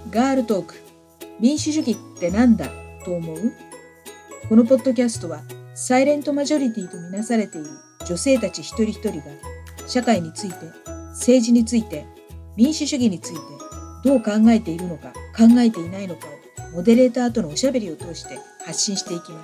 ガールトーク、民主主義ってなんだと思う？このポッドキャストはサイレントマジョリティとみなされている女性たち一人一人が社会について、政治について、民主主義についてどう考えているのか考えていないのかをモデレーターとのおしゃべりを通して発信していきます。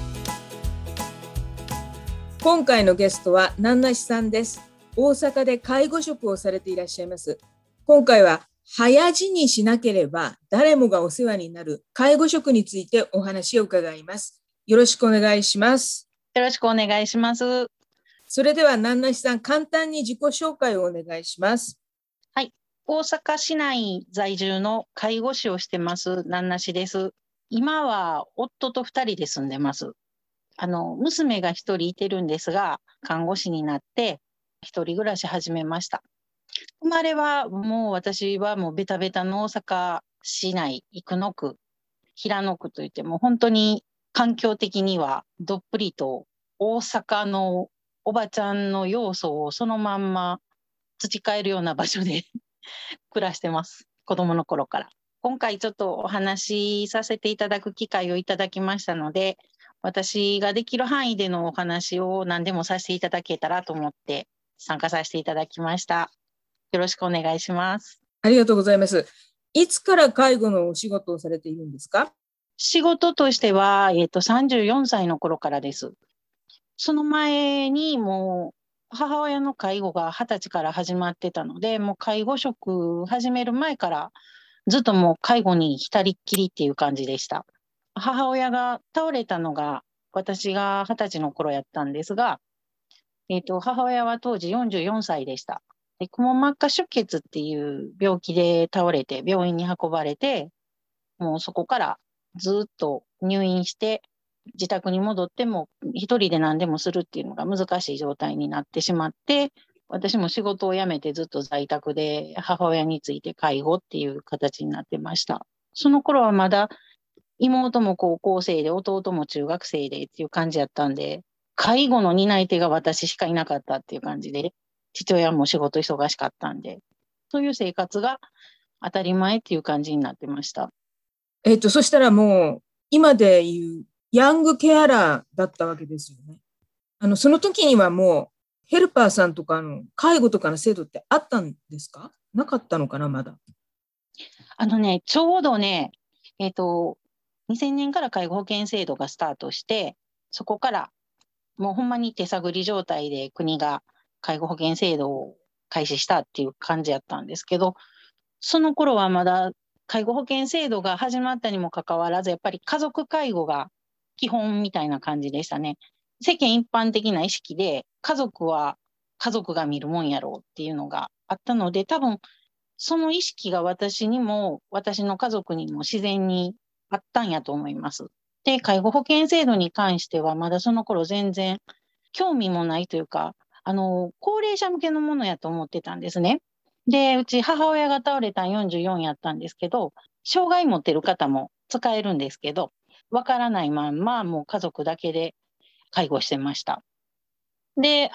今回のゲストは南梨さんです。大阪で介護職をされていらっしゃいます。今回は早死にしなければ誰もがお世話になる介護職についてお話を伺います。よろしくお願いします。 よろしくお願いします。 それでは南梨さん、簡単に自己紹介をお願いします。 はい、大阪市内在住の介護士をしてます南梨です。今は夫と2人で住んでます。娘が1人いてるんですが、看護師になって一人暮らし始めました。生まれは私はベタベタの大阪市内生野区、平野区といっても本当に環境的にはどっぷりと大阪のおばちゃんの要素をそのまんま培えるような場所で暮らしてます。子供の頃から。今回ちょっとお話しさせていただく機会をいただきましたので、私ができる範囲でのお話を何でもさせていただけたらと思って参加させていただきました。よろしくお願いします。 ありがとうございます。いつから介護のお仕事をされているんですか？ 仕事としては、34歳の頃からです。その前にもう母親の介護が20歳から始まってたので、もう介護職始める前からずっともう介護に浸りっきりっていう感じでした。母親が倒れたのが私が20歳の頃やったんですが、母親は当時44歳でした。で、くも膜下出血っていう病気で倒れて病院に運ばれて、もうそこからずっと入院して自宅に戻っても一人で何でもするっていうのが難しい状態になってしまって、私も仕事を辞めてずっと在宅で母親について介護っていう形になってました。その頃はまだ妹も高校生で弟も中学生でっていう感じやったんで、介護の担い手が私しかいなかったっていう感じで、父親も仕事忙しかったんで、そういう生活が当たり前っていう感じになってました。 そしたらもう今でいうヤングケアラーだったわけですよね。その時にはもうヘルパーさんとか介護とかの制度ってあったんですか？なかったのかな、まだ。 ちょうどね、2000年から介護保険制度がスタートして、そこからもうほんまに手探り状態で国が介護保険制度を開始したっていう感じやったんですけど、その頃はまだ介護保険制度が始まったにもかかわらず、やっぱり家族介護が基本みたいな感じでしたね。世間一般的な意識で、家族は家族が見るもんやろうっていうのがあったので、多分その意識が私にも私の家族にも自然にあったんやと思います。で、介護保険制度に関してはまだその頃全然興味もないというか、高齢者向けのものやと思ってたんですね。で、うち母親が倒れたん44やったんですけど、障害持ってる方も使えるんですけど、わからないまんまもう家族だけで介護してました。で、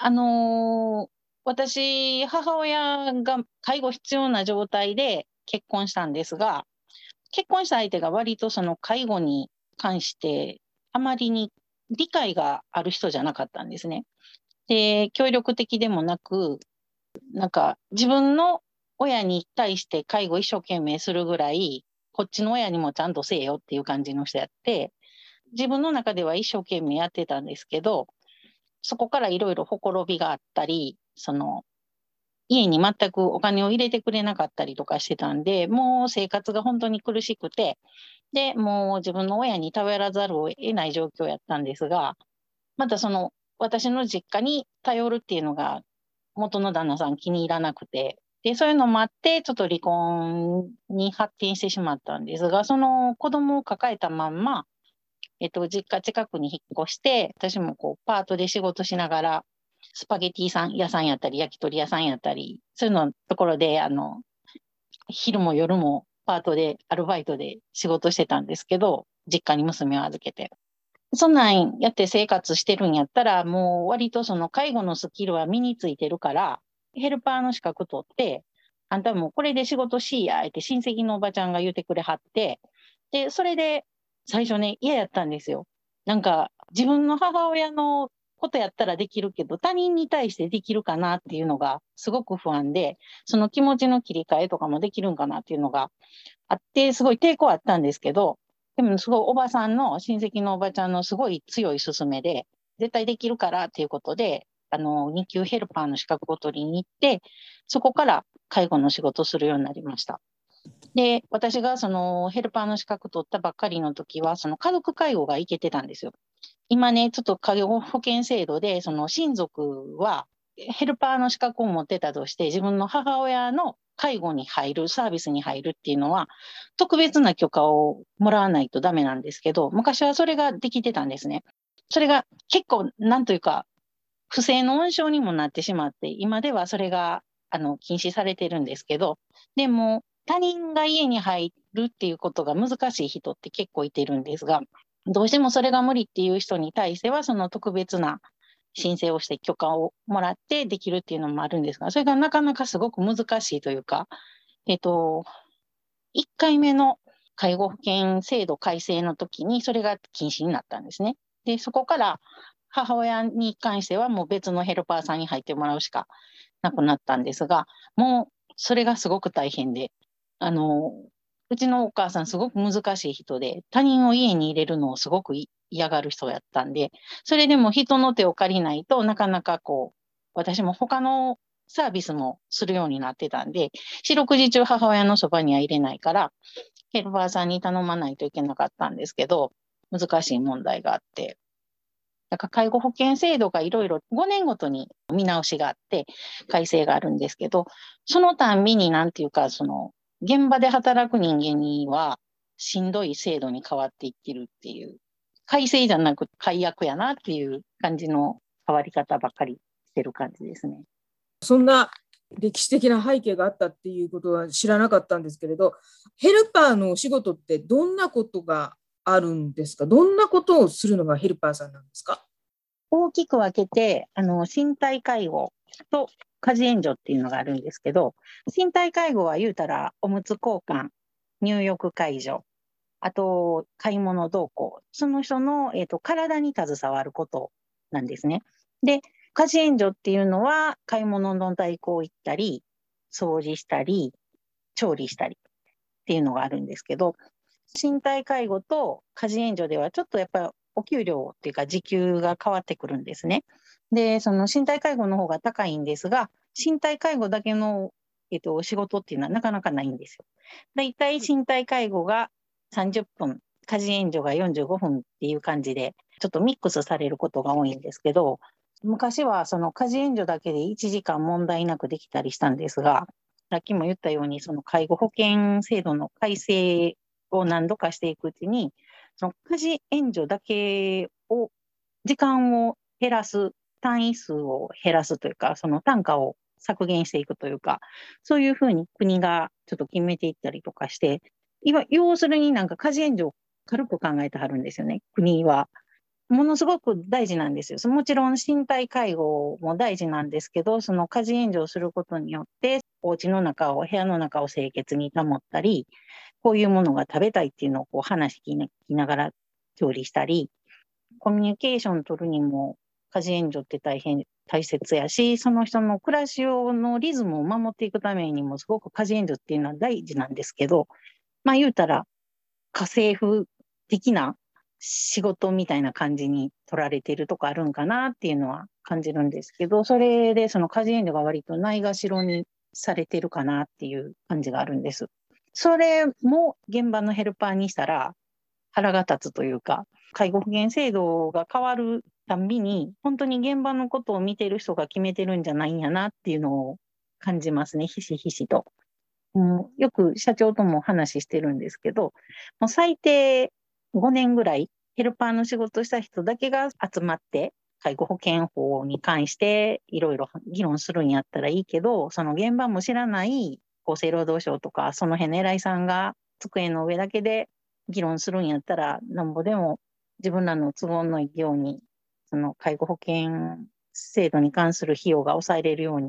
私、母親が介護必要な状態で結婚したんですが、結婚した相手が割とその介護に関してあまりに理解がある人じゃなかったんですね。で、協力的でもなく、なんか自分の親に対して介護一生懸命するぐらい、こっちの親にもちゃんとせえよっていう感じの人やって、自分の中では一生懸命やってたんですけど、そこからいろいろほころびがあったり、家に全くお金を入れてくれなかったりとかしてたんで、もう生活が本当に苦しくて、で、もう自分の親に頼らざるを得ない状況やったんですが、また私の実家に頼るっていうのが元の旦那さん気に入らなくて、で、そういうのもあって、ちょっと離婚に発展してしまったんですが、その子供を抱えたまんま、実家近くに引っ越して、私もパートで仕事しながら、スパゲティ屋さんやったり、焼き鳥屋さんやったり、そういうのところで、昼も夜もパートで、アルバイトで仕事してたんですけど、実家に娘を預けて。そんなんやって生活してるんやったら、もう割とその介護のスキルは身についてるから、ヘルパーの資格取って、 あんたもうこれで仕事しいや、って親戚のおばちゃんが言ってくれはって、で、それで最初ね、嫌やったんですよ。なんか、自分の母親のことやったらできるけど、他人に対してできるかなっていうのがすごく不安で、その気持ちの切り替えとかもできるんかなっていうのがあって、すごい抵抗あったんですけど、でもすごいおばさんの、親戚のおばちゃんのすごい強い勧めで、絶対できるからっていうことで、2級ヘルパーの資格を取りに行って、そこから介護の仕事をするようになりました。で、私がそのヘルパーの資格取ったばっかりの時は、その家族介護が行けてたんですよ。今ね、ちょっと介護保険制度で、その親族はヘルパーの資格を持ってたとして、自分の母親の介護に入る、サービスに入るっていうのは、特別な許可をもらわないとダメなんですけど、昔はそれができてたんですね。それが結構、なんというか、不正の温床にもなってしまって、今ではそれが禁止されてるんですけど、でも他人が家に入るっていうことが難しい人って結構いてるんですが、どうしてもそれが無理っていう人に対しては、その特別な申請をして許可をもらってできるっていうのもあるんですが、それがなかなかすごく難しいというか、1回目の介護保険制度改正の時にそれが禁止になったんですね。で、そこから母親に関してはもう別のヘルパーさんに入ってもらうしかなくなったんですが、もうそれがすごく大変で、うちのお母さんすごく難しい人で、他人を家に入れるのをすごく嫌がる人やったんで、それでも人の手を借りないとなかなか私も他のサービスもするようになってたんで、四六時中母親のそばには入れないから、ヘルパーさんに頼まないといけなかったんですけど、難しい問題があって、だから介護保険制度がいろいろ5年ごとに見直しがあって、改正があるんですけど、そのたんびになんていうか、現場で働く人間にはしんどい制度に変わっていってるっていう、改正じゃなく改悪やなっていう感じの変わり方ばっかりしてる感じですね。 そんな歴史的な背景があったっていうことは知らなかったんですけれど、ヘルパーのお仕事ってどんなことがあるんですか？どんなことをするのがヘルパーさんなんですか？ 大きく分けて、身体介護と家事援助っていうのがあるんですけど、身体介護は言うたら、おむつ交換、入浴介助、あと、買い物同行、その人の、体に携わることなんですね。で、家事援助っていうのは、買い物の代行行ったり、掃除したり、調理したりっていうのがあるんですけど、身体介護と家事援助ではちょっとやっぱりお給料っていうか時給が変わってくるんですね。で、その身体介護の方が高いんですが、身体介護だけの、仕事っていうのはなかなかないんですよ。だいたい身体介護が30分、家事援助が45分っていう感じで、ちょっとミックスされることが多いんですけど、昔はその家事援助だけで1時間問題なくできたりしたんですが、さっきも言ったように、その介護保険制度の改正を何度かしていくうちに、その家事援助だけを、時間を減らす、単位数を減らすというか、その単価を削減していくというか、そういうふうに国がちょっと決めていったりとかして、要するになんか家事援助を軽く考えてはるんですよね、国は。ものすごく大事なんですよ。もちろん身体介護も大事なんですけど、その家事援助をすることによって、お家の中を、部屋の中を清潔に保ったり、こういうものが食べたいっていうのを話聞きながら調理したり、コミュニケーション取るにも家事援助って大変大切やし、その人の暮らしのリズムを守っていくためにもすごく家事援助っていうのは大事なんですけど、まあ言うたら家政婦的な仕事みたいな感じに取られてるとこあるんかなっていうのは感じるんですけど、それでその家事援助が割とないがしろにされてるかなっていう感じがあるんです。それも現場のヘルパーにしたら腹が立つというか、介護保険制度が変わるたんびに、本当に現場のことを見てる人が決めてるんじゃないんやなっていうのを感じますね、ひしひしと。よく社長とも話してるんですけど、もう最低5年ぐらいヘルパーの仕事した人だけが集まって、介護保険法に関していろいろ議論するんやったらいいけど、その現場も知らない厚生労働省とか、その辺の偉いさんが机の上だけで議論するんやったら、なんぼでも自分らの都合のいいように、その介護保険制度に関する費用が抑えれるように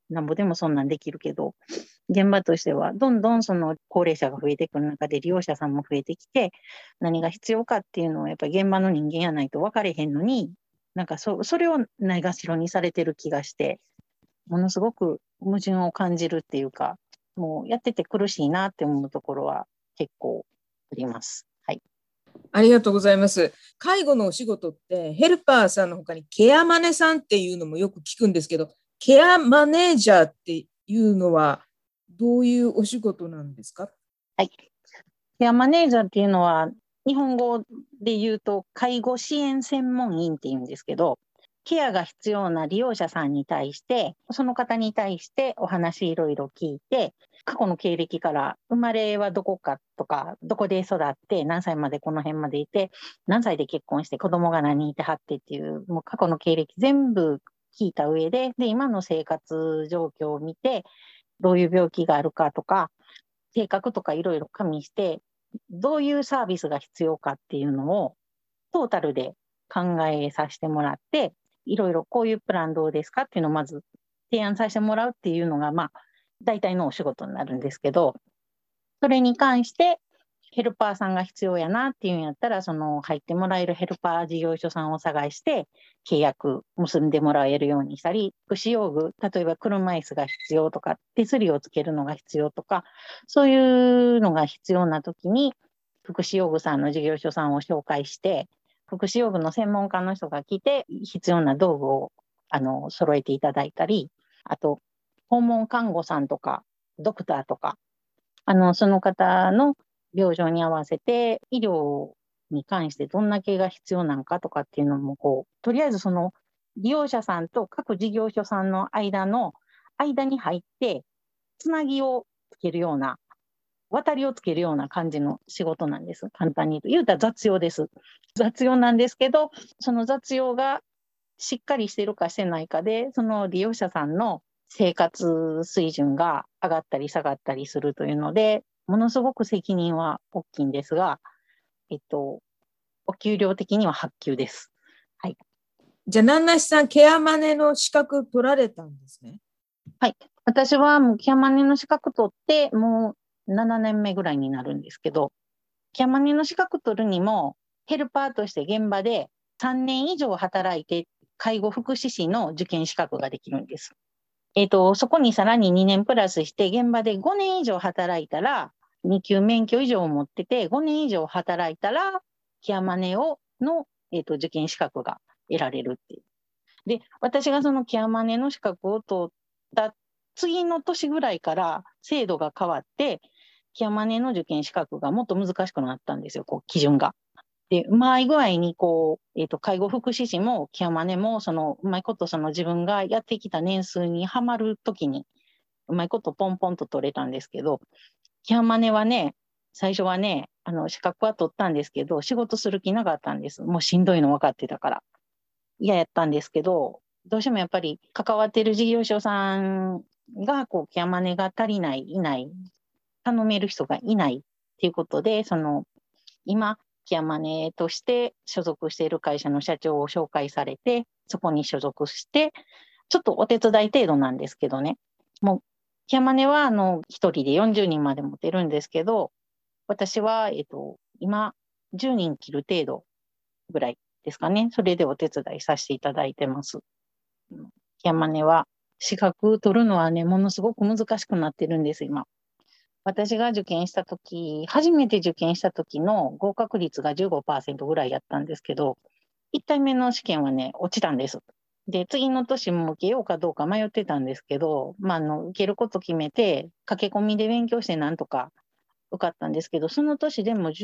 なんぼでもそんなんできるけど、現場としてはどんどんその高齢者が増えてくる中で利用者さんも増えてきて、何が必要かっていうのをやっぱり現場の人間やないと分かれへんのに、なんかそれをないがしろにされてる気がして、ものすごく矛盾を感じるっていうか、もうやってて苦しいなって思うところは結構あります。はい。 ありがとうございます。介護のお仕事ってヘルパーさんの他にケアマネさんっていうのもよく聞くんですけど、ケアマネージャーっていうのはどういうお仕事なんですか？ はい。ケアマネージャーっていうのは、日本語で言うと介護支援専門員っていうんですけど、ケアが必要な利用者さんに対して、その方に対してお話いろいろ聞いて、過去の経歴から生まれはどこかとか、どこで育って、何歳までこの辺までいて、何歳で結婚して子供が何人いてはってっていう、もう過去の経歴全部聞いた上で、今の生活状況を見て、どういう病気があるかとか、性格とかいろいろ加味して、どういうサービスが必要かっていうのをトータルで考えさせてもらって、いろいろこういうプランどうですかっていうのをまず提案させてもらうっていうのが、大体のお仕事になるんですけど、それに関してヘルパーさんが必要やなっていうんやったら、その入ってもらえるヘルパー事業所さんを探して契約結んでもらえるようにしたり、福祉用具、例えば車椅子が必要とか、手すりをつけるのが必要とか、そういうのが必要な時に、福祉用具さんの事業所さんを紹介して、福祉用具の専門家の人が来て、必要な道具を揃えていただいたり、あと、訪問看護さんとか、ドクターとか、その方の病状に合わせて、医療に関してどんだけが必要なのかとかっていうのも、とりあえずその利用者さんと各事業所さんの間に入って、つなぎをつけるような、渡りをつけるような感じの仕事なんです。簡単に言うたら雑用です。雑用なんですけど、その雑用がしっかりしてるかしてないかで、その利用者さんの生活水準が上がったり下がったりするというので、ものすごく責任は大きいんですが、お給料的には発給です。はい。 じゃあ、ナンナシさん、ケアマネの資格取られたんですね。 はい。私はもうケアマネの資格取って、もう7年目ぐらいになるんですけど、ケアマネの資格取るにも、ヘルパーとして現場で3年以上働いて、介護福祉士の受験資格ができるんです。そこにさらに2年プラスして、現場で5年以上働いたら、2級免許以上を持ってて、5年以上働いたら、ケアマネの、受験資格が得られるっていう。で、私がそのケアマネの資格を取った次の年ぐらいから制度が変わって、ケアマネの受験資格がもっと難しくなったんですよ、基準が。で、うまい具合に介護福祉士もケアマネも、うまいこと自分がやってきた年数にはまるときに、うまいことポンポンと取れたんですけど、ケアマネはね、最初はね、資格は取ったんですけど、仕事する気なかったんです。もうしんどいの分かってたから。嫌やったんですけど、どうしてもやっぱり関わってる事業所さんが、ケアマネが足りない、いない、頼める人がいないっていうことで、今、ケアマネとして所属している会社の社長を紹介されて、そこに所属して、ちょっとお手伝い程度なんですけどね。もう、ケアマネは、一人で40人まで持てるんですけど、私は、今、10人切る程度ぐらいですかね。それでお手伝いさせていただいてます。ケアマネは、資格取るのはね、ものすごく難しくなってるんです、今。私が受験したとき、初めて受験したときの合格率が15%ぐらいやったんですけど、1回目の試験はね、落ちたんです。で、次の年も受けようかどうか迷ってたんですけど、受けること決めて、駆け込みで勉強してなんとか受かったんですけど、その年でも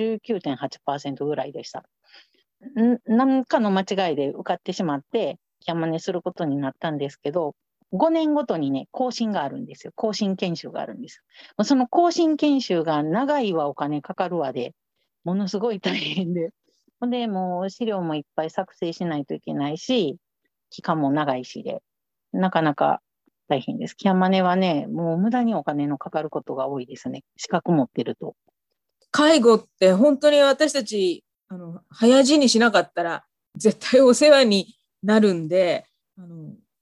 19.8% ぐらいでした。なんかの間違いで受かってしまって、キャンマネすることになったんですけど、5年ごとにね、更新があるんですよ。更新研修があるんですよ。その更新研修が長いわお金かかるわで、ものすごい大変で。ほんで、もう資料もいっぱい作成しないといけないし、期間も長いしで、なかなか大変です。キャンマネはね、もう無駄にお金のかかることが多いですね。資格持ってると。 介護って本当に私たち早死にしなかったら絶対お世話になるんで、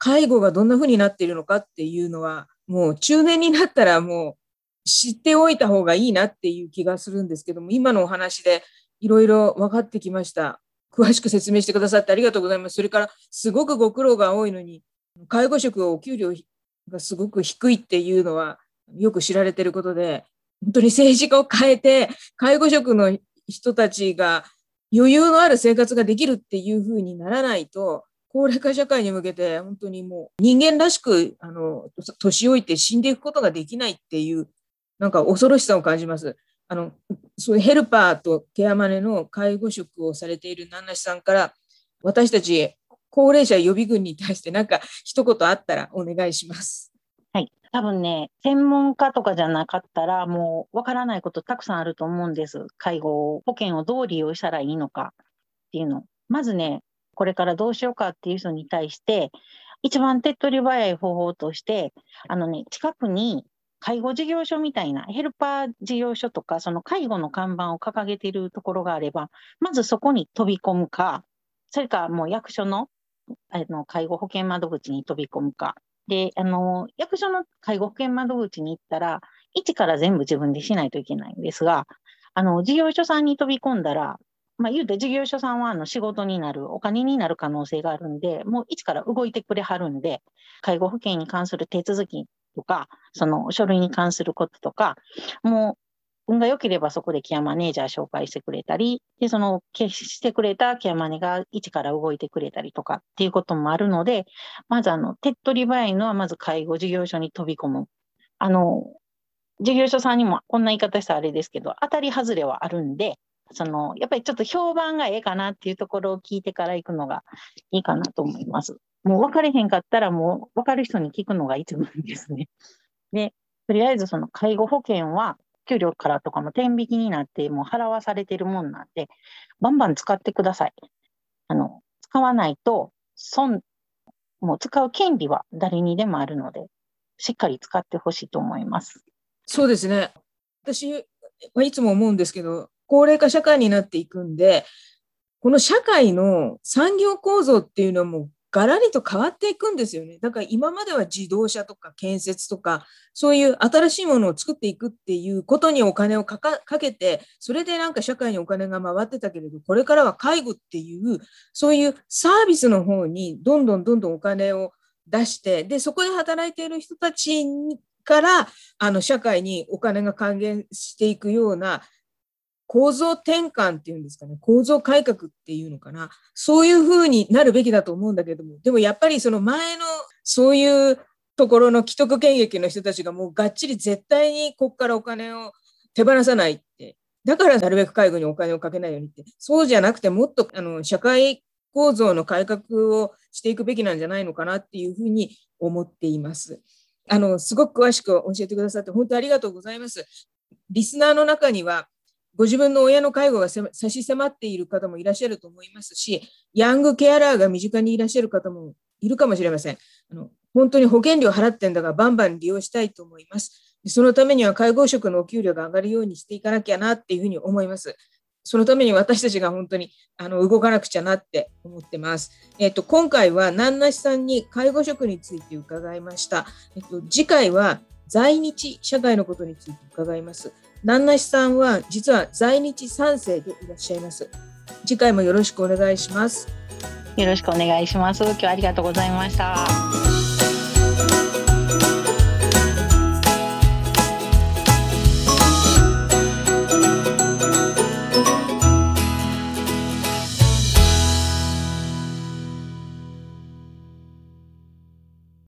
介護がどんな風になっているのかっていうのは、もう中年になったらもう知っておいた方がいいなっていう気がするんですけども、今のお話でいろいろ分かってきました。詳しく説明してくださってありがとうございます。それからすごくご苦労が多いのに、介護職お給料がすごく低いっていうのはよく知られていることで、本当に政治家を変えて介護職の人たちが余裕のある生活ができるっていう風にならないと、高齢化社会に向けて本当にもう人間らしく年老いて死んでいくことができないっていうなんか恐ろしさを感じます。そういうヘルパーとケアマネの介護職をされているナンナシさんから、私たち高齢者予備軍に対して何か一言あったらお願いします。 はい、多分ね、専門家とかじゃなかったらもうわからないことたくさんあると思うんです。介護保険をどう利用したらいいのかっていうの。まずね、これからどうしようかっていう人に対して、一番手っ取り早い方法として、近くに介護事業所みたいな、ヘルパー事業所とか、その介護の看板を掲げているところがあれば、まずそこに飛び込むか、それかもう役所の介護保険窓口に飛び込むか。で、役所の介護保険窓口に行ったら、一から全部自分でしないといけないんですが、事業所さんに飛び込んだら、言うて事業所さんは仕事になる、お金になる可能性があるんで、もう一から動いてくれはるんで、介護保険に関する手続きとか、その書類に関することとか、もう運が良ければそこでケアマネージャー紹介してくれたり、で、その消してくれたケアマネが一から動いてくれたりとかっていうこともあるので、まず手っ取り早いのはまず介護事業所に飛び込む。事業所さんにもこんな言い方したらあれですけど、当たり外れはあるんで、やっぱりちょっと評判がええかなっていうところを聞いてから行くのがいいかなと思います。もう分かれへんかったらもう分かる人に聞くのが一番ですね。で、とりあえずその介護保険は給料からとかも天引きになってもう払わされてるもんなんで、バンバン使ってください。使わないともう使う権利は誰にでもあるので、しっかり使ってほしいと思います。 そうですね。私はいつも思うんですけど、高齢化社会になっていくんで、この社会の産業構造っていうのはもうガラリと変わっていくんですよね。だから今までは自動車とか建設とか、そういう新しいものを作っていくっていうことにお金をかけて、それでなんか社会にお金が回ってたけれど、これからは介護っていう、そういうサービスの方にどんどんお金を出して、で、そこで働いている人たちから社会にお金が還元していくような構造転換っていうんですかね、構造改革っていうのかな、そういうふうになるべきだと思うんだけども、でもやっぱりその前のそういうところの既得権益の人たちがもうがっちり絶対にここからお金を手放さないって、だからなるべく介護にお金をかけないようにって、そうじゃなくてもっと社会構造の改革をしていくべきなんじゃないのかなっていうふうに思っています。すごく詳しく教えてくださって本当にありがとうございます。リスナーの中にはご自分の親の介護が差し迫っている方もいらっしゃると思いますし、ヤングケアラーが身近にいらっしゃる方もいるかもしれません。本当に保険料払ってんだがバンバン利用したいと思います。そのためには介護職のお給料が上がるようにしていかなきゃなっていうふうに思います。そのために私たちが本当に動かなくちゃなって思ってます。今回はナンナシさんに介護職について伺いました。次回は在日社会のことについて伺います。ナンナシさんは実は在日3世でいらっしゃいます。次回もよろしくお願いします。 よろしくお願いします。今日はありがとうございました。